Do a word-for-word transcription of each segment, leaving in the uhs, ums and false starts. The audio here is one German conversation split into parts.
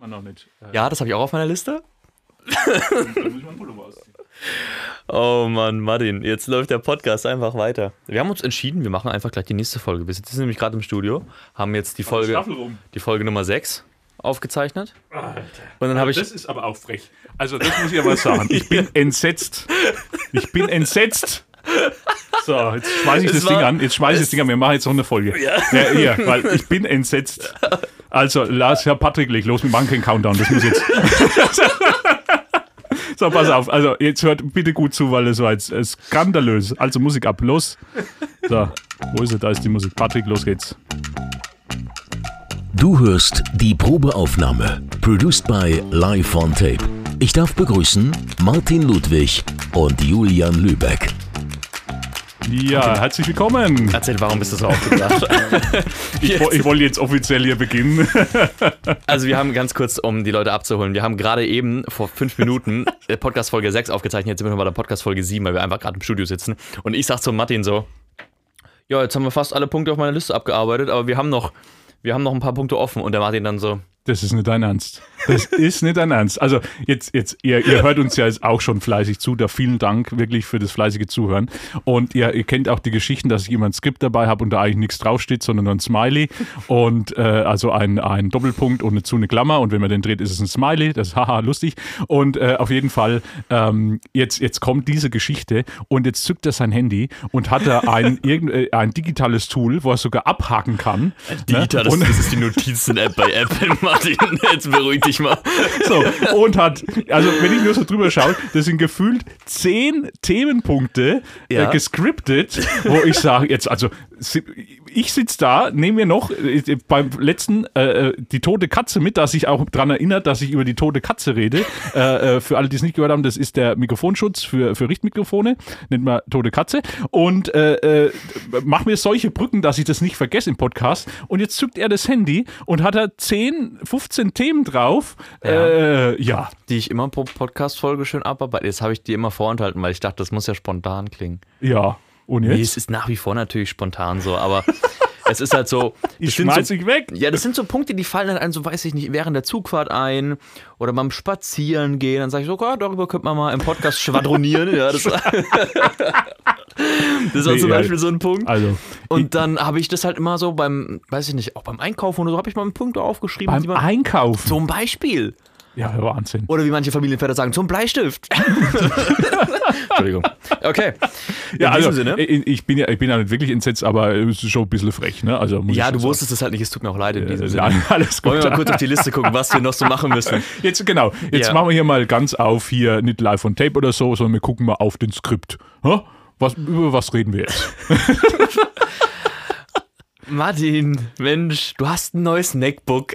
man noch nicht. Äh, Ja, das habe ich auch auf meiner Liste. Dann muss ich mal einen Pullover ausziehen. Oh Mann, Martin, jetzt läuft der Podcast einfach weiter. Wir haben uns entschieden, wir machen einfach gleich die nächste Folge. Wir sitzen nämlich gerade im Studio, haben jetzt die Folge, Staffel rum. die Folge Nummer sechs aufgezeichnet. Alter. Und dann habe ich... Das ist aber auch frech. Also das muss ich aber sagen. Ich bin entsetzt. Ich bin entsetzt. So, jetzt schmeiße ich Es das Ding war- an. Jetzt schmeiße ich das Ding an. Wir machen jetzt noch eine Folge. Ja. Ja, hier, weil ich bin entsetzt. Also, Lars, Herr Patrick, leg los, wir machen keinen Countdown. Das muss jetzt... So, pass auf. Also, jetzt hört bitte gut zu, weil das war jetzt äh, skandalös. Also, Musik ab. Los. So, wo ist sie? Da ist die Musik. Patrick, los geht's. Du hörst die Probeaufnahme, produced by Live on Tape. Ich darf begrüßen Martin Ludwig und Julian Lübeck. Ja, herzlich willkommen. Erzähl, warum bist du so aufgebracht? Ich, wo- ich wollte jetzt offiziell hier beginnen. Also wir haben ganz kurz, um die Leute abzuholen, wir haben gerade eben vor fünf Minuten äh, Podcast-Folge sechs aufgezeichnet, jetzt sind wir noch bei der Podcast-Folge sieben, weil wir einfach gerade im Studio sitzen. Und ich sag zu Martin so, ja, jetzt haben wir fast alle Punkte auf meiner Liste abgearbeitet, aber wir haben noch, wir haben noch ein paar Punkte offen. Und der Martin dann so, Das ist nicht dein Ernst. Das ist nicht dein Ernst. Also jetzt, jetzt ihr, ihr hört uns ja jetzt auch schon fleißig zu. Da vielen Dank wirklich für das fleißige Zuhören. Und ihr, ihr kennt auch die Geschichten, dass ich immer ein Skript dabei habe und da eigentlich nichts draufsteht, sondern nur ein Smiley. Und äh, also ein, ein Doppelpunkt und dazu eine Klammer. Und wenn man den dreht, ist es ein Smiley. Das ist haha lustig. Und äh, auf jeden Fall, ähm, jetzt, jetzt kommt diese Geschichte und jetzt zückt er sein Handy und hat da ein, irgend, äh, ein digitales Tool, wo er sogar abhaken kann. Digital, ne? das, Und- das ist die Notizen-App bei Apple, Martin. Jetzt beruhig dich mal. So, und hat, also wenn ich nur so drüber schaue, das sind gefühlt zehn Themenpunkte Ja. äh, gescriptet, wo ich sage, jetzt, also si- ich sitze da, nehme mir noch äh, beim letzten äh, die tote Katze mit, dass ich auch daran erinnert, dass ich über die tote Katze rede. Äh, äh, für alle, die es nicht gehört haben, das ist der Mikrofonschutz für, für Richtmikrofone, nennt man tote Katze. Und äh, äh, mach mir solche Brücken, dass ich das nicht vergesse im Podcast. Und jetzt zückt er das Handy und hat da zehn, fünfzehn Themen drauf. Ja. Äh, ja. Die ich immer pro Podcast-Folge schön abarbeite. Jetzt habe ich die immer vorenthalten, weil ich dachte, das muss ja spontan klingen. Ja. Und Nee, es jetzt? ist nach wie vor natürlich spontan so, aber es ist halt so. Ich das sind schmeiß so, dich weg. Ja, das sind so Punkte, die fallen dann einem so, weiß ich nicht, während der Zugfahrt ein oder beim Spazieren gehen. Dann sage ich so, ja, darüber könnte man mal im Podcast schwadronieren. Ja, das, das ist auch Nee, zum ja. Beispiel so ein Punkt. Also, Und dann habe ich das halt immer so beim, weiß ich nicht, auch beim Einkaufen oder so, habe ich mal einen Punkt aufgeschrieben. die beim man, Einkaufen. zum Beispiel. Ja, Wahnsinn. Oder wie manche Familienväter sagen, zum Bleistift. Entschuldigung. Okay. In Ja, also, diesem Sinne. ich, ich bin ja, ich bin ja nicht wirklich entsetzt, aber es ist schon ein bisschen frech, ne? Also, muss Ja, ich du schon wusstest es halt nicht, es tut mir auch leid in sagen. diesem Äh, Sinne. ja, alles gut. Wollen wir mal kurz auf die Liste gucken, was wir noch so machen müssen. Jetzt, genau, jetzt Ja. machen wir hier mal ganz auf, hier nicht live on tape oder so, sondern wir gucken mal auf den Skript. Hä? Was, über was reden wir jetzt? Martin, Mensch, du hast ein neues MacBook.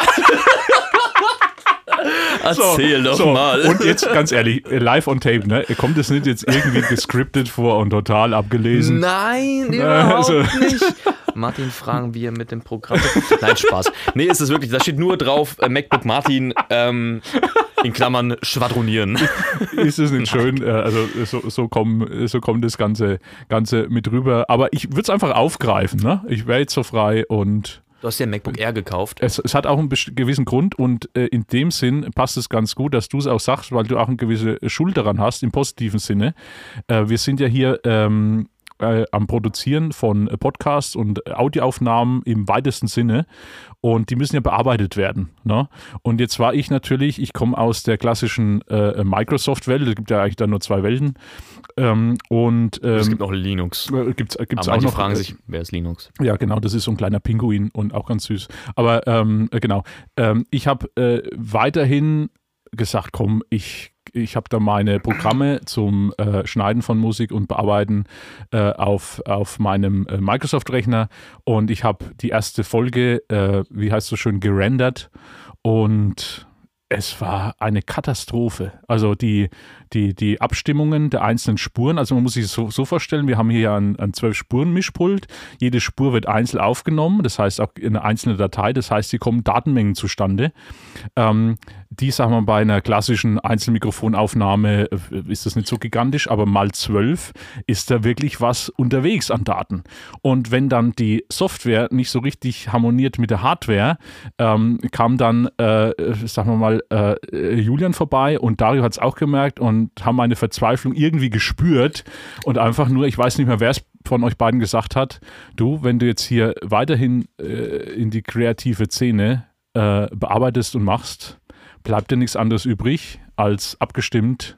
Erzähl doch so, mal. Und jetzt ganz ehrlich, live on tape, ne? Kommt es nicht jetzt irgendwie gescriptet vor und total abgelesen? Nein, überhaupt Also- nicht. Martin fragen, wie er mit dem Programm... Nein, Spaß. Nee, ist es wirklich. Da steht nur drauf, äh, MacBook Martin, ähm, in Klammern, schwadronieren. Ist es nicht schön? Äh, Also so, so, komm, so kommt das Ganze, Ganze mit rüber. Aber ich würde es einfach aufgreifen, ne? Ich wäre jetzt so frei und... Du hast dir ein MacBook Air gekauft. Es, es hat auch einen best- gewissen Grund und äh, in dem Sinn passt es ganz gut, dass du es auch sagst, weil du auch eine gewisse Schuld daran hast, im positiven Sinne. Äh, wir sind ja hier ähm, äh, am Produzieren von Podcasts und Audioaufnahmen im weitesten Sinne und die müssen ja bearbeitet werden. Ne? Und jetzt war ich natürlich, ich komme aus der klassischen äh, Microsoft-Welt, es gibt ja eigentlich da nur zwei Welten. Ähm, und ähm, Es gibt noch Linux. gibt es Aber auch manche noch fragen sich, wer ist Linux? ja, genau, das ist so ein kleiner Pinguin und auch ganz süß. Aber ähm, äh, genau, ähm, ich habe äh, weiterhin gesagt, komm, ich, ich habe da meine Programme zum äh, Schneiden von Musik und Bearbeiten äh, auf, auf meinem äh, Microsoft-Rechner und ich habe die erste Folge, äh, wie heißt es so schön, gerendert und es war eine Katastrophe. Also die, die, die Abstimmungen der einzelnen Spuren, also man muss sich so, so vorstellen, wir haben hier ja ein, ein zwölf Spuren Mischpult. Jede Spur wird einzeln aufgenommen, das heißt auch in eine einzelne Datei, das heißt, hier kommen Datenmengen zustande. Ähm, die, sagen wir, bei einer klassischen Einzelmikrofonaufnahme ist das nicht so gigantisch, aber mal zwölf ist da wirklich was unterwegs an Daten. Und wenn dann die Software nicht so richtig harmoniert mit der Hardware, ähm, kam dann, äh, sagen wir mal, äh, Julian vorbei und Dario hat es auch gemerkt und haben meine Verzweiflung irgendwie gespürt und einfach nur, ich weiß nicht mehr, wer es von euch beiden gesagt hat, du, wenn du jetzt hier weiterhin äh, in die kreative Szene äh, bearbeitest und machst, bleibt dir nichts anderes übrig, als abgestimmt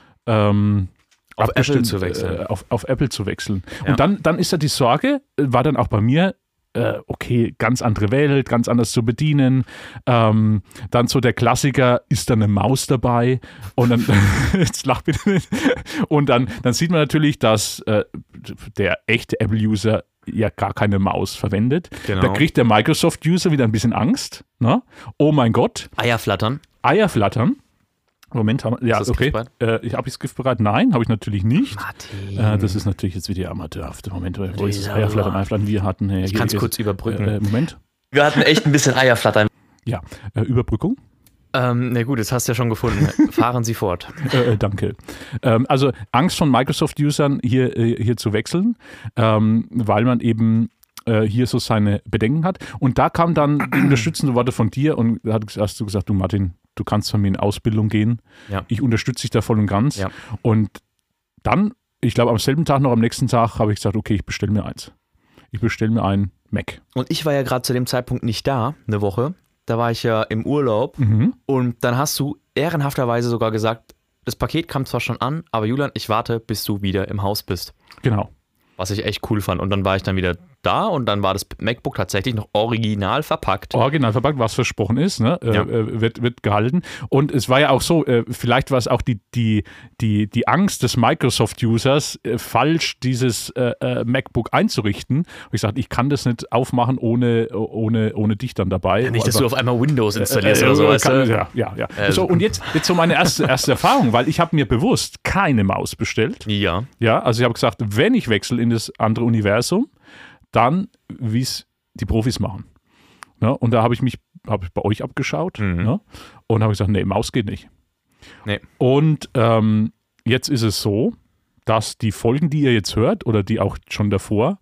ähm, auf abgestimmt, Apple zu wechseln. Äh, auf, auf Apple zu wechseln. Ja. Und dann, dann ist ja die Sorge, war dann auch bei mir, äh, okay, ganz andere Welt, ganz anders zu bedienen. Ähm, dann so der Klassiker, ist da eine Maus dabei? Und dann, jetzt lach bitte nicht. Und dann, dann sieht man natürlich, dass äh, der echte Apple-User ja gar keine Maus verwendet. Genau. Da kriegt der Microsoft-User wieder ein bisschen Angst. Ne? Oh mein Gott. Eier flattern. Eier flattern. Moment, haben, ja, Ist das okay. griffbereit? Äh, habe ich es griffbereit? Nein, habe ich natürlich nicht. Martin. Äh, das ist natürlich jetzt wieder amateurhafte Moment, wo ich das Dieser Eierflattern, Mann. Eierflattern wir hatten. Äh, Ich kann es kurz überbrücken. Äh, Moment. Wir hatten echt ein bisschen Eierflattern. Ja, äh, Überbrückung. Ähm, na gut, das hast du ja schon gefunden. Fahren Sie fort. Äh, danke. Ähm, also Angst von Microsoft-Usern hier, äh, hier zu wechseln, ähm, weil man eben äh, hier so seine Bedenken hat. Und da kamen dann die unterstützende Worte von dir und da hast du gesagt, du Martin, du kannst von mir in Ausbildung gehen. Ja. Ich unterstütze dich da voll und ganz. Ja. Und dann, ich glaube am selben Tag noch, am nächsten Tag habe ich gesagt, okay, ich bestelle mir eins. Ich bestelle mir ein Mac. Und ich war ja gerade zu dem Zeitpunkt nicht da, eine Woche. Da war ich ja im Urlaub. Mhm. Und dann hast du ehrenhafterweise sogar gesagt, das Paket kam zwar schon an, aber Julian, ich warte, bis du wieder im Haus bist. Genau. Was ich echt cool fand. Und dann war ich dann wieder da und dann war das MacBook tatsächlich noch original verpackt. Original verpackt, was versprochen ist, ne? äh, Ja. äh, wird, wird gehalten. Und es war ja auch so, äh, vielleicht war es auch die, die, die, die Angst des Microsoft-Users, äh, falsch dieses äh, äh, MacBook einzurichten. Und ich sagte, ich kann das nicht aufmachen ohne, ohne, ohne dich dann dabei. Nicht, dass du auf einmal Windows installierst Äh, oder so. äh, weißt kann, du? ja, ja, ja. Äh, so, und jetzt, jetzt so meine erste, erste Erfahrung, weil ich habe mir bewusst keine Maus bestellt. Ja. Ja, also ich habe gesagt, wenn ich wechsle in das andere Universum, dann wie es die Profis machen. Ja, und da habe ich mich hab ich bei euch abgeschaut Mhm. ja, und habe gesagt, nee, Maus geht nicht. Nee. Und ähm, jetzt ist es so, dass die Folgen, die ihr jetzt hört oder die auch schon davor,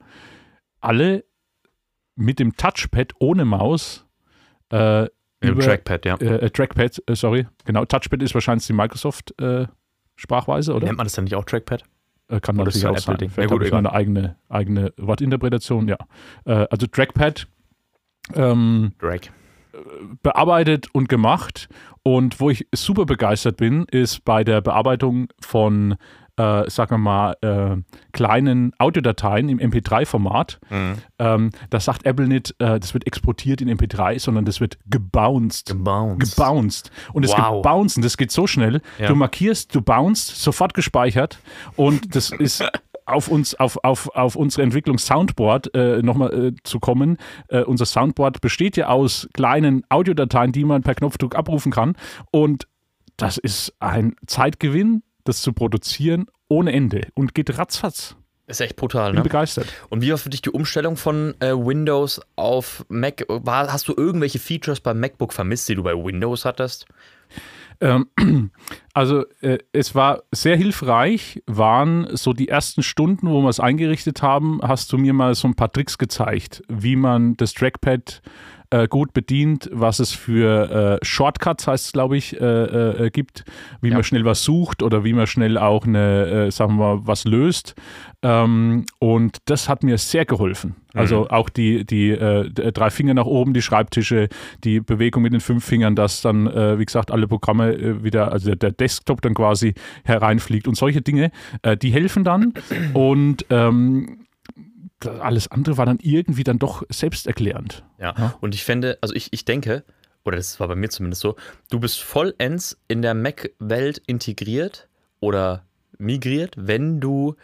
alle mit dem Touchpad ohne Maus äh, Im über, Trackpad, ja. äh, Trackpad, äh, sorry, genau, Touchpad ist wahrscheinlich die Microsoft-Sprachweise, oder? Nennt man das dann nicht auch Trackpad? Äh, Kann Oder natürlich ist das auch ein sein. Apple-Ding? Vielleicht Ja, gut, habe ich egal. meine eigene, eigene Wortinterpretation, ja. Äh, also Trackpad ähm, Drag. bearbeitet und gemacht. Und wo ich super begeistert bin, ist bei der Bearbeitung von, äh, sagen wir mal, äh, kleinen Audiodateien im M P drei Format. Mhm. Ähm, das sagt Apple nicht, äh, das wird exportiert in M P drei, sondern das wird gebounced. Gebounced. Gebounced. Und das Wow. Gebouncen, das geht so schnell. Ja. Du markierst, du bounced, sofort gespeichert. Und das ist auf uns, auf, auf, auf unsere Entwicklung Soundboard äh, nochmal äh, zu kommen. Äh, unser Soundboard besteht ja aus kleinen Audiodateien, die man per Knopfdruck abrufen kann. Und das ist ein Zeitgewinn, das zu produzieren ohne Ende und geht ratzfatz. Ist echt brutal, Bin ne? begeistert. Und wie war für dich die Umstellung von äh, Windows auf Mac? War, hast du irgendwelche Features beim MacBook vermisst, die du bei Windows hattest? Ähm, also äh, es war sehr hilfreich, waren so die ersten Stunden, wo wir es eingerichtet haben, hast du mir mal so ein paar Tricks gezeigt, wie man das Trackpad äh, gut bedient, was es für äh, Shortcuts, heißt es glaube ich, äh, äh, gibt, wie Ja. man schnell was sucht oder wie man schnell auch eine, äh, sagen wir mal, was löst. Ähm, und das hat mir sehr geholfen. Also auch die, die äh, d- drei Finger nach oben, die Schreibtische, die Bewegung mit den fünf Fingern, dass dann, äh, wie gesagt, alle Programme äh, wieder, also der Desktop dann quasi hereinfliegt und solche Dinge, äh, die helfen dann. Und ähm, alles andere war dann irgendwie dann doch selbsterklärend. Ja. Ja. Und ich fände, also ich, ich denke, oder das war bei mir zumindest so, du bist vollends in der Mac-Welt integriert oder migriert, wenn du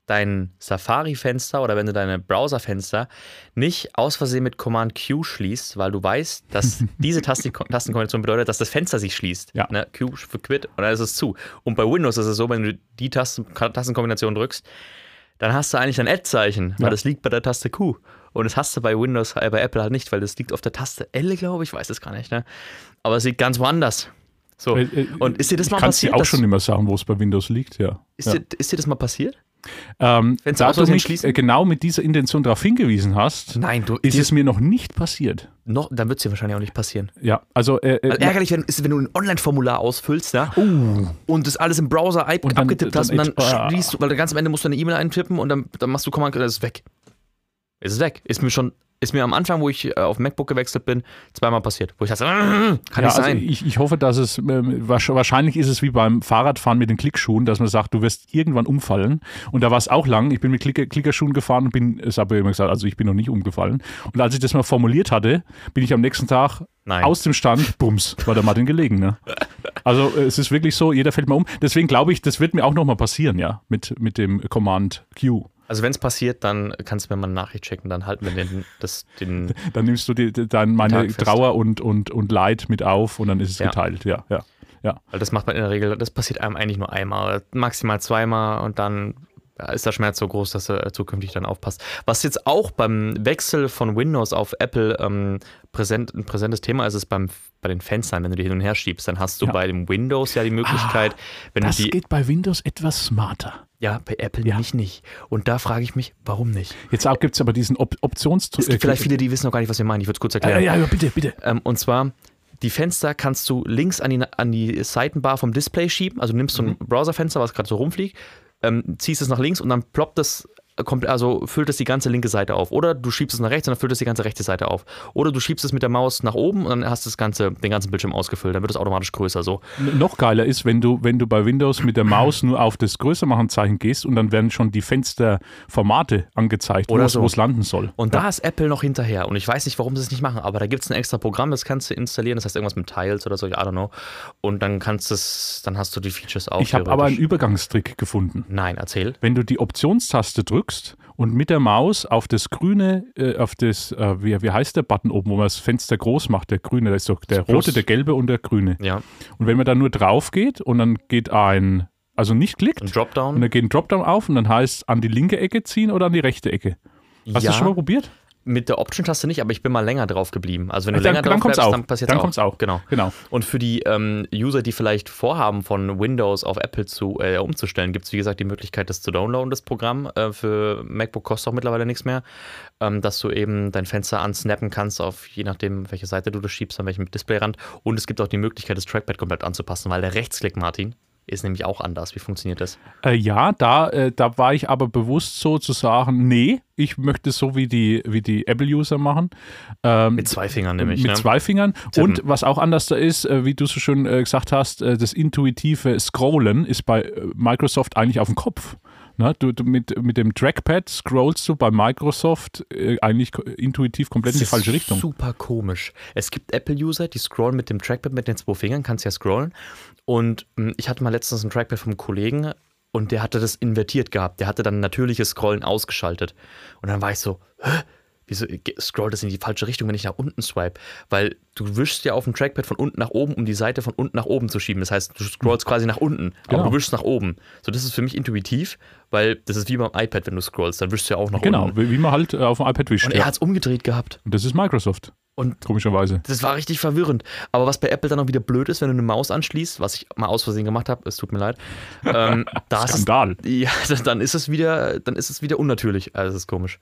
dein Safari-Fenster oder wenn du deine Browser-Fenster nicht aus Versehen mit Command Q schließt, weil du weißt, dass diese Tasten Tastenkombination bedeutet, dass das Fenster sich schließt. Ja. Ne? Q für Quit und dann ist es zu. Und bei Windows ist es so, wenn du die Tasten, Tastenkombination drückst, dann hast du eigentlich ein Add-Zeichen, weil Ja. das liegt bei der Taste Q. Und das hast du bei Windows, äh, bei Apple halt nicht, weil das liegt auf der Taste L, glaube ich, weiß es gar nicht. Ne? Aber es liegt ganz woanders. So. Äh, äh, Und ist dir das ich mal kann's passiert? dir auch dass- schon immer sagen, wo es bei Windows liegt, ja. ist, ja. dir, ist dir das mal passiert? Ähm, Wenn's da aus du Versehen mich schließen? äh, genau mit dieser Intention darauf hingewiesen hast, Nein, du. ist dir- es mir noch nicht passiert. noch, dann wird es dir wahrscheinlich auch nicht passieren. Ja, also äh, äh, Also ärgerlich wenn, ist, wenn du ein Online-Formular ausfüllst, ja, oh, und das alles im Browser ab- Und dann- abgetippt dann hast und dann echt- ah. schließt du, weil ganz am Ende musst du eine E-Mail eintippen und dann, dann machst du Command, das ist weg. Es ist weg. Ist mir schon, ist mir am Anfang, wo ich äh, auf MacBook gewechselt bin, zweimal passiert. Wo ich dachte, kann ja, nicht also sein. ich, ich hoffe, dass es, ähm, wahrsch- wahrscheinlich ist es wie beim Fahrradfahren mit den Klickschuhen, dass man sagt, du wirst irgendwann umfallen. Und da war es auch lang. Ich bin mit Klicker, Klickerschuhen gefahren und bin, es habe ich immer gesagt, also ich bin noch nicht umgefallen. Und als ich das mal formuliert hatte, bin ich am nächsten Tag Nein. aus dem Stand, bums, war der Martin gelegen. Ne? Also äh, es ist wirklich so, jeder fällt mal um. Deswegen glaube ich, das wird mir auch nochmal passieren, ja, mit, mit dem Command Q. Also wenn es passiert, dann kannst du mir mal eine Nachricht schicken, dann halten wir den, das, den Dann nimmst du die, die, dann meine Tag fest. Trauer und, und, und Leid mit auf und dann ist es Ja. geteilt. Ja, ja, ja. weil das macht man in der Regel, das passiert einem eigentlich nur einmal, maximal zweimal und dann ist der Schmerz so groß, dass du zukünftig dann aufpasst. Was jetzt auch beim Wechsel von Windows auf Apple ähm, präsent, ein präsentes Thema ist, ist beim, bei den Fenstern, wenn du die hin und her schiebst, dann hast du Ja. bei dem Windows ja die Möglichkeit, wenn Das du die, geht bei Windows etwas smarter. ja, bei Apple Ja. nämlich nicht. Und da frage ich mich, warum nicht? Jetzt gibt es aber diesen Op Options... Es gibt vielleicht viele, die wissen noch gar nicht, was wir meinen. Ich würde es kurz Ja, erklären. ja, ja, bitte, bitte. Ähm, und zwar, die Fenster kannst du links an die, an die Seitenbar vom Display schieben. Also du nimmst so ein Browserfenster, was gerade so rumfliegt, ähm, ziehst es nach links und dann ploppt es, äh, kommt, also füllt es die ganze linke Seite auf. Oder du schiebst es nach rechts und dann füllt es die ganze rechte Seite auf. Oder du schiebst es mit der Maus nach oben und dann hast du das ganze, den ganzen Bildschirm ausgefüllt. Dann wird es automatisch größer. So. N- Noch geiler ist, wenn du, wenn du bei Windows mit der Maus nur auf das Größermachen-Zeichen gehst und dann werden schon die Fensterformate angezeigt, Oder wo es so. wo es landen soll. Und da ist Apple noch hinterher. Und ich weiß nicht, warum sie es nicht machen, aber da gibt es ein extra Programm, das kannst du installieren. Das heißt irgendwas mit Tiles oder so, I don't know. Und dann kannst du es, dann hast du die Features auch. Ich habe aber einen theoretisch. Übergangstrick gefunden. Nein, erzähl. Wenn du die Optionstaste drückst und mit der Maus auf das grüne, äh, auf das, äh, wie, wie heißt der Button oben, wo man das Fenster groß macht, der grüne, da ist doch der Das Plus. rote, der gelbe und der grüne. Ja, Und wenn man da nur drauf geht und dann geht ein, also nicht klickt, ein Dropdown. und dann geht ein Dropdown auf und dann heißt an die linke Ecke ziehen oder an die rechte Ecke. Hast du ja, das schon mal probiert? mit der Option-Taste nicht, aber ich bin mal länger drauf geblieben. Also wenn du Dann- länger dann drauf kommt's bleibst, auch. dann passiert Dann auch. kommt's auch. Genau. Genau. Und für die ähm, User, die vielleicht vorhaben, von Windows auf Apple zu, äh, umzustellen, gibt es wie gesagt die Möglichkeit, das zu downloaden, das Programm. Äh, für MacBook kostet auch mittlerweile nichts mehr, ähm, dass du eben dein Fenster ansnappen kannst, auf je nachdem, welche Seite du das schiebst, an welchem Displayrand. Und es gibt auch die Möglichkeit, das Trackpad komplett anzupassen, weil der Rechtsklick, Martin, ist nämlich auch anders. Wie funktioniert das? Äh, ja, da, äh, da war ich aber bewusst so zu sagen, nee, ich möchte es so wie die, wie die Apple-User machen. Ähm, Mit zwei Fingern nämlich, Mit ne? zwei Fingern. Tippen. Und was auch anders da ist, äh, wie du so schön äh, gesagt hast, äh, das intuitive Scrollen ist bei äh, Microsoft eigentlich auf dem Kopf. Na, du, du mit, mit dem Trackpad scrollst du bei Microsoft äh, eigentlich ko- intuitiv komplett in die Das falsche ist Richtung. Super komisch. Es gibt Apple-User, die scrollen mit dem Trackpad mit den zwei Fingern, kannst ja scrollen. Und mh, ich hatte mal letztens ein Trackpad vom Kollegen und der hatte das invertiert gehabt. Der hatte dann natürliches Scrollen ausgeschaltet. Und dann war ich so, hä? Wieso ge- scrollt das in die falsche Richtung, wenn ich nach unten swipe? Weil du wischst ja auf dem Trackpad von unten nach oben, um die Seite von unten nach oben zu schieben. Das heißt, du scrollst quasi nach unten, Genau. aber du wischst nach oben. So, das ist für mich intuitiv, weil das ist wie beim iPad, wenn du scrollst, dann wischst du ja auch nach Genau, unten. wie, wie man halt äh, auf dem iPad wischt. Und er Ja. hat es umgedreht gehabt. Und das ist Microsoft, Und komischerweise. das war richtig verwirrend. Aber was bei Apple dann auch wieder blöd ist, wenn du eine Maus anschließt, was ich mal aus Versehen gemacht habe, es tut mir leid, ähm, da ist, Skandal. ja, dann ist es wieder, dann ist es wieder unnatürlich. Also es ist komisch.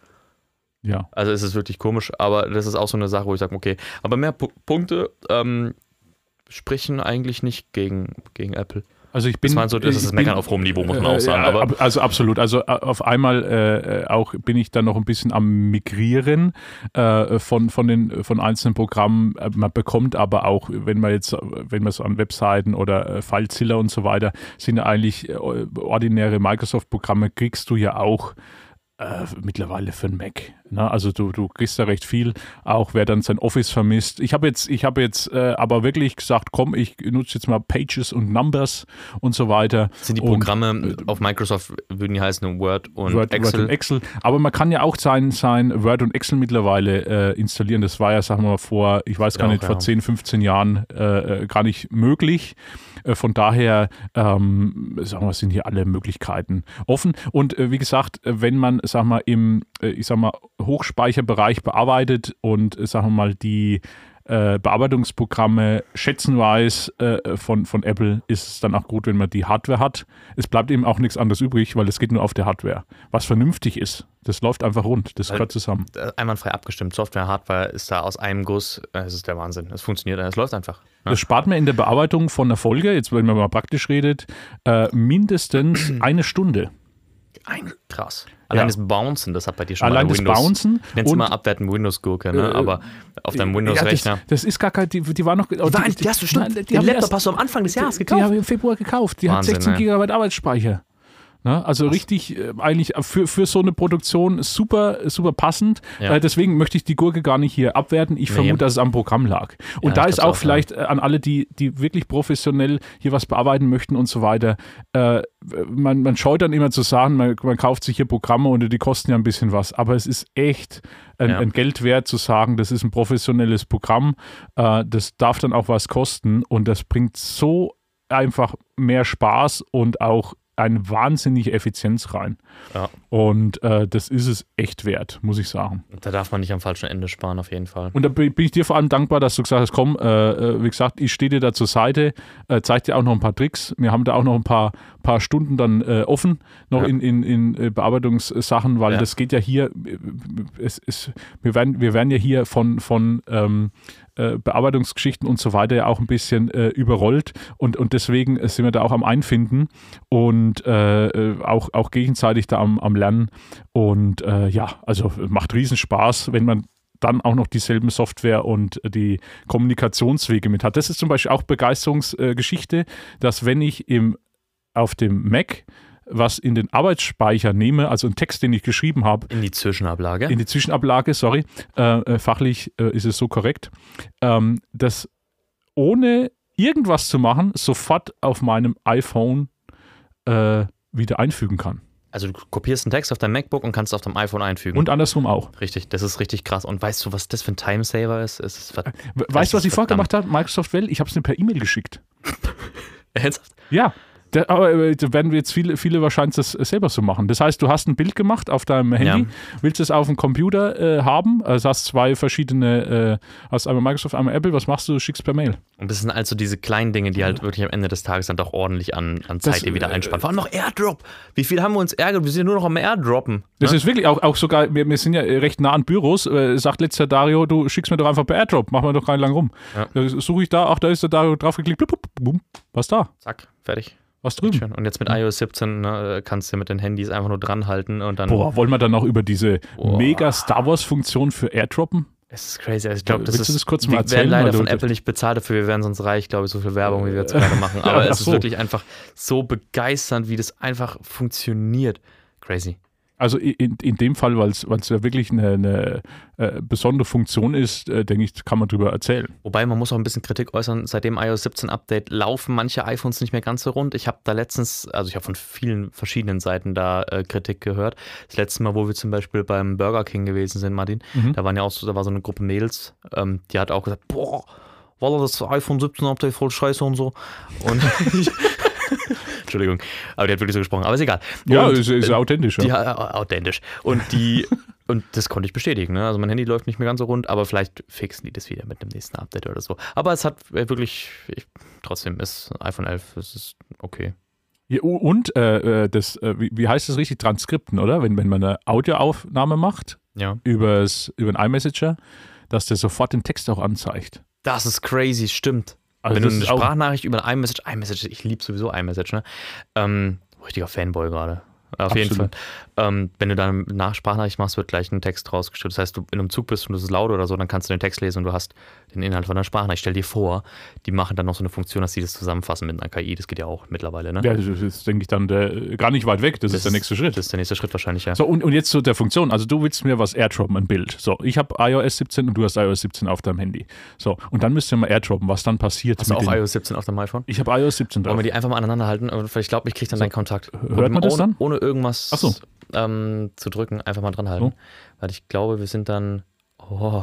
Ja. Also es ist wirklich komisch, aber das ist auch so eine Sache, wo ich sage, okay, aber mehr Pu- Punkte ähm, sprechen eigentlich nicht gegen, gegen Apple. Also ich bin, Das, war so, das ist das ich Meckern bin- auf hohem Niveau, muss man Äh, auch sagen. ja, Aber ab- also absolut. Also äh, auf einmal äh, auch bin ich dann noch ein bisschen am Migrieren äh, von, von den von einzelnen Programmen. Äh, Man bekommt aber auch, wenn man jetzt, wenn man so an Webseiten oder äh, FileZilla und so weiter, sind ja eigentlich äh, ordinäre Microsoft-Programme, kriegst du ja auch äh, mittlerweile für den Mac. Na, also du, du kriegst da recht viel, auch wer dann sein Office vermisst. Ich habe jetzt, ich habe jetzt äh, aber wirklich gesagt, komm, ich nutze jetzt mal Pages und Numbers und so weiter. Das sind die und, Programme äh, auf Microsoft, würden die heißen Word und Word, Excel. Word und Excel. Aber man kann ja auch sein, sein Word und Excel mittlerweile äh, installieren. Das war ja, sagen wir mal, vor, ich weiß gar Ja, nicht, auch, vor ja. zehn, fünfzehn Jahren äh, gar nicht möglich. Äh, von daher, ähm, sagen wir, sind hier alle Möglichkeiten offen. Und äh, wie gesagt, wenn man, sagen wir, im, äh, ich sag mal, Hochspeicherbereich bearbeitet und, äh, sagen wir mal, die äh, Bearbeitungsprogramme schätzen weiß äh, von, von Apple, ist es dann auch gut, wenn man die Hardware hat. Es bleibt eben auch nichts anderes übrig, weil es geht nur auf der Hardware. Was vernünftig ist, das läuft einfach rund, das Weil- gehört zusammen. Einwandfrei abgestimmt. Software, Hardware ist da aus einem Guss. Es ist der Wahnsinn. Es funktioniert, es läuft einfach. Ja. Das spart mir in der Bearbeitung von einer Folge, jetzt wenn man mal praktisch redet, äh, mindestens eine Stunde. Ein, krass. Allein Ja. das Bouncen, das hat bei dir schon Allein mal das Windows. Bouncen Ich nenne es und- immer abwerten Windows-Gurke, ne? Äh, aber auf deinem Ja, Windows-Rechner. das, das ist gar kein, die, die war noch. Die, Nein, die hast du stimmt. Nein, die Den haben wir Laptop erst- hast du am Anfang des Jahres Die gekauft. habe ich im Februar gekauft. Die Wahnsinn, hat sechzehn ne? Gigabyte Arbeitsspeicher. Ne? Also richtig, äh, eigentlich für, für so eine Produktion super, super passend. Ja. Äh, deswegen möchte ich die Gurke gar nicht hier abwerten. Ich Nee. vermute, dass es am Programm lag. Und Ja, da ich ist glaub's auch auch, vielleicht äh, an alle, die, die wirklich professionell hier was bearbeiten möchten und so weiter. Äh, man, man scheut dann immer zu sagen, man, man kauft sich hier Programme und die kosten ja ein bisschen was. Aber es ist echt ein, Ja. ein Geld wert zu sagen, das ist ein professionelles Programm. Äh, das darf dann auch was kosten und das bringt so einfach mehr Spaß und auch eine wahnsinnige Effizienz rein. Ja. Und äh, das ist es echt wert, muss ich sagen. Da darf man nicht am falschen Ende sparen, auf jeden Fall. Und da bin bin ich dir vor allem dankbar, dass du gesagt hast, komm, äh, äh, wie gesagt, ich stehe dir da zur Seite, äh, zeig dir auch noch ein paar Tricks. Wir haben da auch noch ein paar, paar Stunden dann äh, offen, noch Ja. in, in, in äh, Bearbeitungssachen, weil Ja. das geht ja hier, äh, es, es, wir, werden, wir werden ja hier von, von ähm, äh, Bearbeitungsgeschichten und so weiter ja auch ein bisschen äh, überrollt und, und deswegen sind wir da auch am Einfinden und äh, äh, auch, auch gegenseitig da am, am Lernen und äh, ja, also macht riesen Spaß, wenn man dann auch noch dieselben Software und die Kommunikationswege mit hat. Das ist zum Beispiel auch Begeisterungsgeschichte, dass wenn ich im, auf dem Mac was in den Arbeitsspeicher nehme, also einen Text, den ich geschrieben habe, In die Zwischenablage. in die Zwischenablage, sorry, äh, äh, fachlich äh, ist es so korrekt, ähm, das ohne irgendwas zu machen, sofort auf meinem iPhone äh, wieder einfügen kann. Also du kopierst einen Text auf dein MacBook und kannst es auf deinem iPhone einfügen. Und andersrum auch. Richtig, das ist richtig krass. Und weißt du, was das für ein Timesaver ist? Es ist ver- We- Weißt du, was ist ich vorher verdammt. gemacht habe? Microsoft Welt, ich habe es mir per E-Mail geschickt. Ernsthaft? Ja, da, aber äh, da werden wir jetzt viele, viele wahrscheinlich das äh, selber so machen. Das heißt, du hast ein Bild gemacht auf deinem Handy, Ja. willst es auf dem Computer äh, haben, also hast zwei verschiedene, äh, hast einmal Microsoft, einmal Apple, was machst du? Schickst per Mail. Und das sind also diese kleinen Dinge, die halt wirklich am Ende des Tages dann doch ordentlich an, an Das, Zeit dir wieder äh, einsparen. Vor allem noch Airdrop. Wie viel haben wir uns ärgert? Wir sind nur noch am Airdroppen. Das ne? ist wirklich auch, auch sogar, wir, wir sind ja recht nah an Büros, äh, sagt letzter Dario, du schickst mir doch einfach per Airdrop, machen wir doch rein lang rum. Ja. Da suche ich da, ach, da ist der Dario draufgeklickt, blub, blub, blub, was da? Zack, fertig. Was drüben? Schön. Und jetzt mit i O S siebzehn ne, kannst du mit den Handys einfach nur dranhalten und dann. Boah, wollen wir dann noch über diese Boah. mega Star Wars Funktion für Airdroppen? Es ist crazy. Also ich glaube, das Willst ist. du das kurz mal wir erzählen, werden leider weil du- von Apple nicht bezahlt dafür. Wir werden sonst reich, glaube ich, so viel Werbung, wie wir jetzt gerade machen. Aber Ach es ist so. wirklich einfach so begeisternd, wie das einfach funktioniert. Crazy. Also in, in dem Fall, weil es ja wirklich eine, eine äh, besondere Funktion ist, äh, denke ich, kann man darüber erzählen. Wobei, man muss auch ein bisschen Kritik äußern. Seit dem i O S siebzehn Update laufen manche iPhones nicht mehr ganz so rund. Ich habe da letztens, also ich habe von vielen verschiedenen Seiten da äh, Kritik gehört. Das letzte Mal, wo wir zum Beispiel beim Burger King gewesen sind, Martin, Mhm. da waren ja auch so, da war so eine Gruppe Mädels, ähm, die hat auch gesagt, boah, war das iPhone siebzehn Update voll scheiße und so. Und ich, Entschuldigung, aber die hat wirklich so gesprochen, aber ist egal. Ja, Und, ist, ist äh, authentisch. Ja. die, ja, authentisch. Und die, und das konnte ich bestätigen. Ne? Also mein Handy läuft nicht mehr ganz so rund, aber vielleicht fixen die das wieder mit dem nächsten Update oder so. Aber es hat äh, wirklich, ich, trotzdem ist iPhone elf, es ist okay. Ja, und äh, äh, das, äh, wie, wie heißt das richtig? Transkripten, oder? Wenn, wenn man eine Audioaufnahme macht Ja. übers, über einen iMessenger, dass der sofort den Text auch anzeigt. Das ist crazy, stimmt. Also Wenn das du eine ist auch- Sprachnachricht über ein iMessage, iMessage, ich liebe sowieso iMessage, ne? Ähm, richtiger Fanboy gerade. auf Absolut. jeden Fall. Ähm, wenn du dann nach Sprachnachricht machst, wird gleich ein Text rausgestellt. Das heißt, du in einem Zug bist und es ist laut oder so, dann kannst du den Text lesen und du hast den Inhalt von der Sprachnachricht. Stell dir vor, die machen dann noch so eine Funktion, dass sie das zusammenfassen mit einer K I. Das geht ja auch mittlerweile, ne? Ja, das ist, denke ich, dann der, gar nicht weit weg. Das, das ist der nächste Schritt. Das ist der nächste Schritt wahrscheinlich, ja. So, und, und jetzt zu der Funktion. Also du willst mir was airdroppen, ein Bild. So, ich habe i O S siebzehn und du hast i O S siebzehn auf deinem Handy. So, und dann müsst ihr mal airdroppen, was dann passiert. Hast du mit auch den, i O S siebzehn auf deinem iPhone? Ich habe i O S siebzehn drauf. Wollen wir die einfach mal aneinander halten? Ich glaube, ich kriege dann So. deinen Kontakt. Hört man das ohne, dann? Ohne irgendwas Ach so. ähm, zu drücken, einfach mal dran halten. So. Weil ich glaube, wir sind dann oh,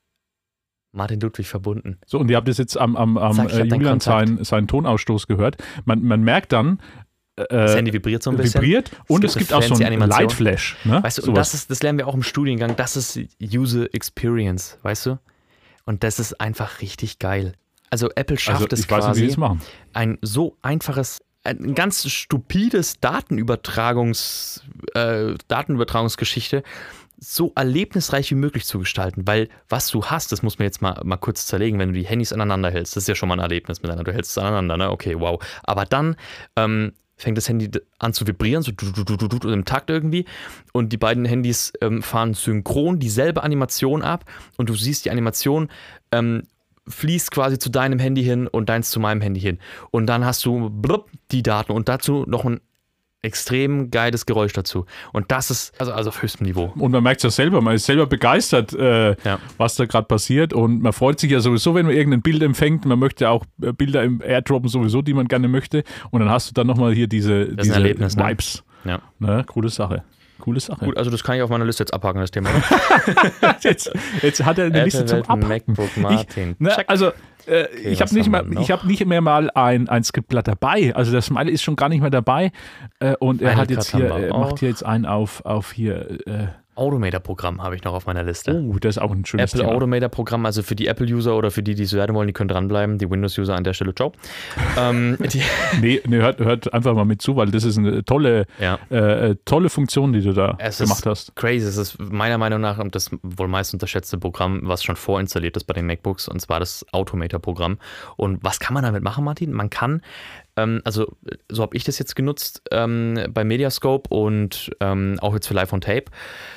Martin Ludwig verbunden. So, und ihr habt das jetzt am, am, am Sag, ich hab äh, deinen Julian Kontakt. seinen, seinen Tonausstoß gehört. Man, man merkt dann, äh, Das Handy vibriert so ein bisschen. vibriert und es gibt gibt auch so fancy ein Animation. Lightflash. Ne? Weißt du, und Sowas. das, ist, das lernen wir auch im Studiengang, das ist User Experience, weißt du? Und das ist einfach richtig geil. Also Apple schafft also, es ich weiß nicht, wie quasi, die das machen. ein so einfaches, ein ganz stupides Datenübertragungs, äh, Datenübertragungsgeschichte so erlebnisreich wie möglich zu gestalten, weil was du hast, das muss man jetzt mal, mal kurz zerlegen, wenn du die Handys aneinander hältst, das ist ja schon mal ein Erlebnis miteinander, du hältst es aneinander, ne? Okay, wow. Aber dann ähm, fängt das Handy an zu vibrieren, so du, du, du, du, du, im Takt irgendwie und die beiden Handys ähm, fahren synchron dieselbe Animation ab und du siehst die Animation ähm, fließt quasi zu deinem Handy hin und deins zu meinem Handy hin. Und dann hast du blub, die Daten und dazu noch ein extrem geiles Geräusch dazu. Und das ist also, also auf höchstem Niveau. Und man merkt es ja selber, man ist selber begeistert, äh, Ja. was da gerade passiert. Und man freut sich ja sowieso, wenn man irgendein Bild empfängt. Man möchte auch äh, Bilder im Airdroppen sowieso, die man gerne möchte. Und dann hast du dann nochmal hier diese, Das ist diese ein Erlebnis, ne? Vibes. Ja. Ne? Coole Sache. Coole Sache. Gut, also das kann ich auf meiner Liste jetzt abhaken, das Thema. Oder? Jetzt, jetzt hat er eine Liste zum Apple Abhaken. MacBook Martin. Ich, ne, Check. also, äh, ich was habe nicht, haben mal- wir noch? ich hab nicht mehr mal ein, ein Skriptblatt dabei. Also der Smiley ist schon gar nicht mehr dabei. Äh, und er Final hat jetzt Cut hier, haben wir äh, auch. macht hier jetzt einen auf, auf hier. Äh, Automator-Programm habe ich noch auf meiner Liste. oh, das ist auch ein schönes Apple Thema. Automator-Programm, also für die Apple-User oder für die, die es werden wollen, die können dranbleiben. Die Windows-User an der Stelle, ciao. ähm, die, Nee, nee hört, hört einfach mal mit zu, weil das ist eine tolle, ja. äh, tolle Funktion, die du da Es gemacht ist hast. crazy. Es ist meiner Meinung nach das wohl meist unterschätzte Programm, was schon vorinstalliert ist bei den MacBooks, und zwar das Automator-Programm. Und was kann man damit machen, Martin? Man kann, ähm, also so habe ich das jetzt genutzt ähm, bei Mediascope und ähm, auch jetzt für Live on Tape.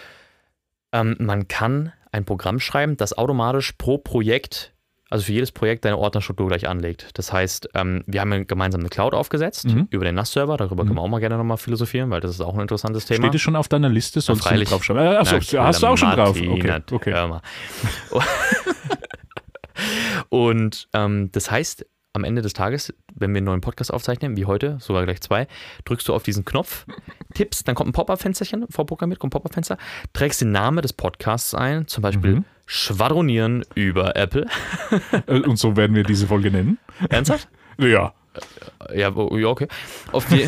Ähm, man kann ein Programm schreiben, das automatisch pro Projekt, also für jedes Projekt, deine Ordnerstruktur gleich anlegt. Das heißt, ähm, wir haben ja gemeinsam eine Cloud aufgesetzt Mhm. über den N A S-Server. Darüber Mhm. können wir auch mal gerne nochmal philosophieren, weil das ist auch ein interessantes Thema. Steht es schon auf deiner Liste? Sollst du freilich. drauf schreiben? Äh, achso, Na, hast du auch schon drauf? Martin, Okay, na, okay. hör mal. Und ähm, das heißt, am Ende des Tages, wenn wir einen neuen Podcast aufzeichnen, wie heute, sogar gleich zwei, drückst du auf diesen Knopf, tippst, dann kommt ein Pop-Up-Fensterchen, vorprogrammiert, kommt ein Pop-Up-Fenster, trägst den Namen des Podcasts ein, zum Beispiel Mhm. Schwadronieren über Apple. Äh, Und so werden wir diese Folge nennen. Ernsthaft? Ja. Ja, wo- ja, okay. Auf die,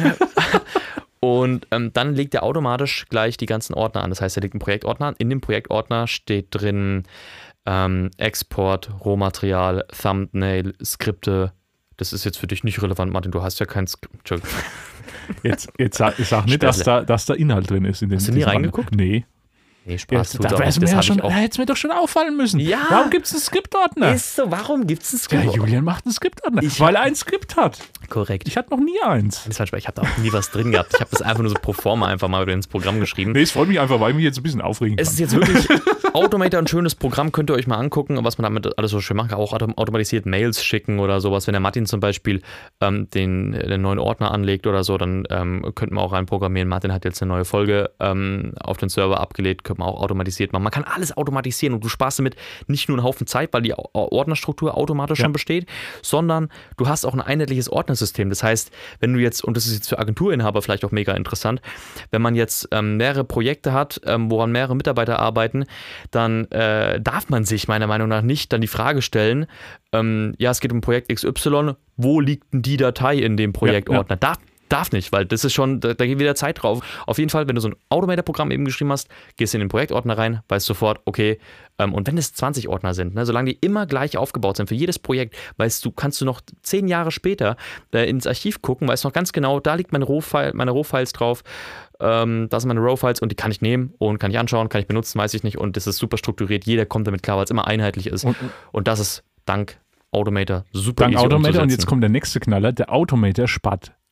und ähm, dann legt er automatisch gleich die ganzen Ordner an. Das heißt, er legt einen Projektordner an. In dem Projektordner steht drin ähm, Export, Rohmaterial, Thumbnail, Skripte. Das ist jetzt für dich nicht relevant, Martin. Du hast ja kein Skript. Entschuldigung. Jetzt, jetzt sag, sag nicht, dass da, dass da Inhalt drin ist. In den, Hast du nie diesem reingeguckt? Anderen. Nee. Nee, Spaß. Ja, tut's da auch wär's nicht. mir Das ja hab schon, ich auch. hätte es mir doch schon auffallen müssen. Ja. Warum gibt es einen Skriptordner? Ist so, warum gibt es ein Der Skript? Julian macht einen Skriptordner, Ich weil er ein Skript hat. Korrekt. Ich hatte noch nie eins. Das war schwer. Ich habe da auch nie was drin gehabt. Ich habe das einfach nur so pro forma einfach mal ins Programm geschrieben. Nee, es freut mich einfach, weil ich mich jetzt ein bisschen aufregen Es kann. ist jetzt wirklich Automator ein schönes Programm, könnt ihr euch mal angucken, was man damit alles so schön machen kann. Auch autom- automatisiert Mails schicken oder sowas. Wenn der Martin zum Beispiel ähm, den, den neuen Ordner anlegt oder so, dann ähm, könnten wir auch reinprogrammieren. Martin hat jetzt eine neue Folge ähm, auf den Server abgelegt, könnte man auch automatisiert machen. Man kann alles automatisieren und du sparst damit nicht nur einen Haufen Zeit, weil die O- Ordnerstruktur automatisch Ja. schon besteht, sondern du hast auch ein einheitliches Ordnersystem. Das heißt, wenn du jetzt, und das ist jetzt für Agenturinhaber vielleicht auch mega interessant, wenn man jetzt ähm, mehrere Projekte hat, ähm, woran mehrere Mitarbeiter arbeiten, dann äh, darf man sich meiner Meinung nach nicht dann die Frage stellen, ähm, ja, es geht um Projekt X Y, wo liegt denn die Datei in dem Projektordner? Darf, darf nicht, weil das ist schon, da, da geht wieder Zeit drauf. Auf jeden Fall, wenn du so ein Automator-Programm eben geschrieben hast, gehst in den Projektordner rein, weißt sofort, okay, ähm, und wenn es zwanzig Ordner sind, ne, solange die immer gleich aufgebaut sind für jedes Projekt, weißt du, kannst du noch zehn Jahre später äh, ins Archiv gucken, weißt noch ganz genau, da liegt meine Roh-File, meine Roh-Files drauf, ähm, das sind meine Row-Files und die kann ich nehmen und kann ich anschauen, kann ich benutzen, weiß ich nicht, und das ist super strukturiert, jeder kommt damit klar, weil es immer einheitlich ist und, und das ist dank Automator super Dank easy Automator, und umzusetzen. jetzt kommt der nächste Knaller, der Automator spart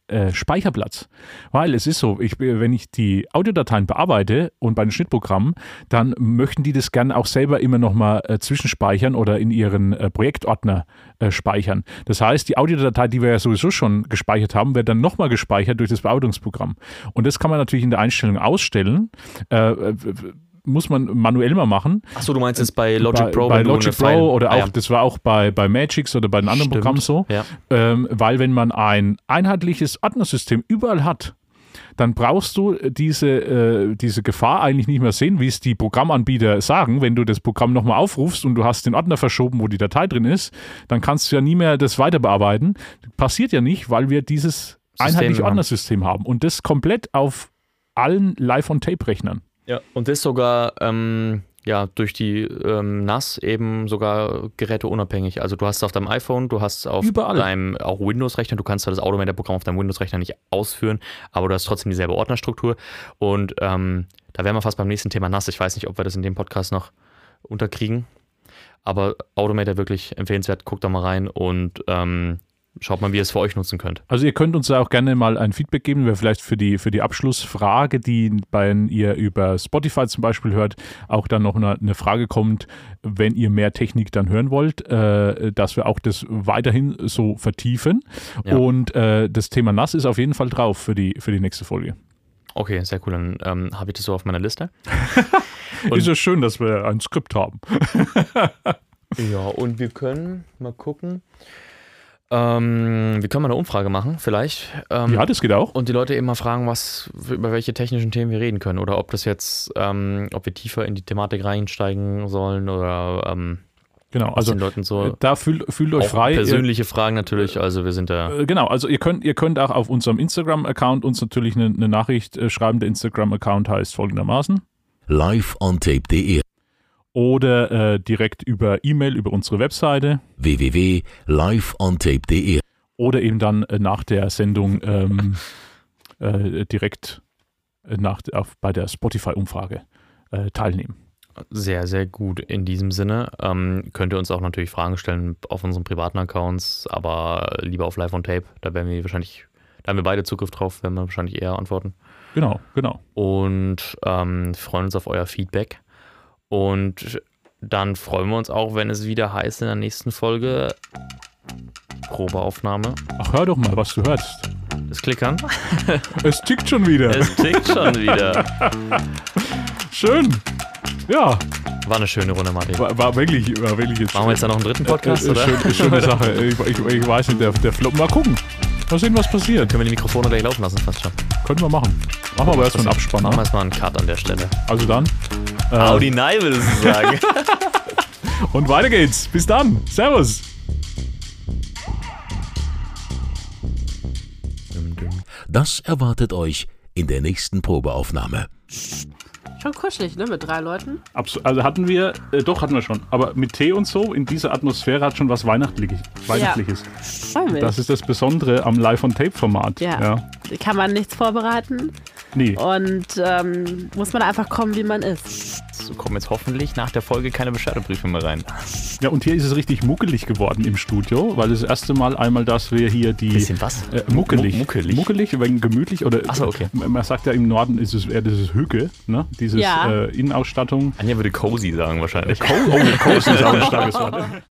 äh, Speicherplatz. Weil es ist so, ich, wenn ich die Audiodateien bearbeite und bei den Schnittprogrammen, dann möchten die das gerne auch selber immer nochmal äh, zwischenspeichern oder in ihren äh, Projektordner äh, speichern. Das heißt, die Audiodatei, die wir ja sowieso schon gespeichert haben, wird dann nochmal gespeichert durch das Bearbeitungsprogramm. Und das kann man natürlich in der Einstellung ausstellen. Äh, muss man manuell mal machen. Achso, du meinst jetzt bei Logic bei, Pro? Bei wenn du Logic eine File- Pro oder Ah, auch, ja. das war auch bei, bei Magix oder bei den anderen Stimmt, Programmen so. ja. Ähm, weil wenn man ein einheitliches Ordnersystem überall hat, dann brauchst du diese, äh, diese Gefahr eigentlich nicht mehr sehen, wie es die Programmanbieter sagen. Wenn du das Programm nochmal aufrufst und du hast den Ordner verschoben, wo die Datei drin ist, dann kannst du ja nie mehr das weiter bearbeiten. Passiert ja nicht, weil wir dieses einheitliche haben. Ordnersystem haben und das komplett auf allen Live-on-Tape-Rechnern. Ja, und das sogar ähm, ja, durch die ähm, N A S eben sogar geräteunabhängig. Also du hast es auf deinem iPhone, du hast es auf Überall. deinem auch Windows-Rechner, du kannst zwar das Automator-Programm auf deinem Windows-Rechner nicht ausführen, aber du hast trotzdem dieselbe Ordnerstruktur. Und ähm, da wären wir fast beim nächsten Thema N A S. Ich weiß nicht, ob wir das in dem Podcast noch unterkriegen, aber Automator wirklich empfehlenswert, guckt da mal rein und ähm, schaut mal, wie ihr es für euch nutzen könnt. Also ihr könnt uns da auch gerne mal ein Feedback geben, wer vielleicht für die, für die Abschlussfrage, die bei ihr über Spotify zum Beispiel hört, auch dann noch eine, eine Frage kommt, wenn ihr mehr Technik dann hören wollt, äh, dass wir auch das weiterhin so vertiefen. Ja. Und äh, das Thema N A S ist auf jeden Fall drauf für die, für die nächste Folge. Okay, sehr cool. Dann ähm, habe ich das so auf meiner Liste. Ist ja schön, dass wir ein Skript haben. Ja, und wir können mal gucken. Ähm, wir können mal eine Umfrage machen, vielleicht. Ähm, Ja, das geht auch. Und die Leute eben mal fragen, was, über welche technischen Themen wir reden können. Oder ob das jetzt, ähm, ob wir tiefer in die Thematik reinsteigen sollen oder ähm, Genau, was also den Leuten so. da fühlt, fühlt euch Auch frei. persönliche Fragen natürlich, also wir sind da. Äh, Genau, also ihr könnt, ihr könnt auch auf unserem Instagram-Account uns natürlich eine, eine Nachricht äh, schreiben. Der Instagram-Account heißt folgendermaßen. live on tape punkt de Oder äh, direkt über E-Mail, über unsere Webseite. w w w punkt live on tape punkt de Oder eben dann äh, nach der Sendung ähm, äh, direkt äh, nach, auf, bei der Spotify-Umfrage äh, teilnehmen. Sehr, sehr gut in diesem Sinne. Ähm, könnt ihr uns auch natürlich Fragen stellen auf unseren privaten Accounts, aber lieber auf Live on Tape. Da werden wir wahrscheinlich, da haben wir beide Zugriff drauf, werden wir wahrscheinlich eher antworten. Genau, genau. Und ähm, freuen uns auf euer Feedback. Und dann freuen wir uns auch, wenn es wieder heißt in der nächsten Folge Probeaufnahme. Ach, hör doch mal, was du hörst. Das Klickern. Es tickt schon wieder. Es tickt schon wieder. Schön. Ja, War eine schöne Runde, Martin. war, war wirklich, war wirklich jetzt Machen wir jetzt da noch einen dritten Podcast, äh, äh, oder? schön, schöne Sache. Ich, ich, ich weiß nicht, der, der Flop. Mal gucken. Mal sehen, was passiert. Können wir die Mikrofone gleich laufen lassen, fast schon. Können wir machen. Machen wir aber erstmal einen Abspann. Machen wir Ne? erstmal einen Cut an der Stelle. Also dann. Äh, Audi nein, würdest du sagen. Und weiter geht's. Bis dann. Servus. Das erwartet euch in der nächsten Probeaufnahme. Schon kuschelig, ne, mit drei Leuten. Abs- Also hatten wir, äh, doch hatten wir schon, aber mit Tee und so in dieser Atmosphäre hat schon was Weihnachtliches. Weihnachtliches. Freu mich. Das ist das Besondere am Live-on-Tape-Format. Ja. ja. Kann man nichts vorbereiten Nee. und ähm, muss man einfach kommen, wie man ist. So kommen jetzt hoffentlich nach der Folge keine Beschwerdebriefe mehr rein. Ja, und hier ist es richtig muckelig geworden im Studio, weil das erste Mal einmal, dass wir hier die... Bisschen was? Äh, muckelig. Mu- muckelig? Muckelig, wegen gemütlich oder... Ach so, okay. Man sagt ja im Norden ist es eher dieses Hügge, ne? Dieses Ja. äh, Innenausstattung. Anja würde cozy sagen wahrscheinlich. Oh, oh, Cozy ist auch ein starkes Wort.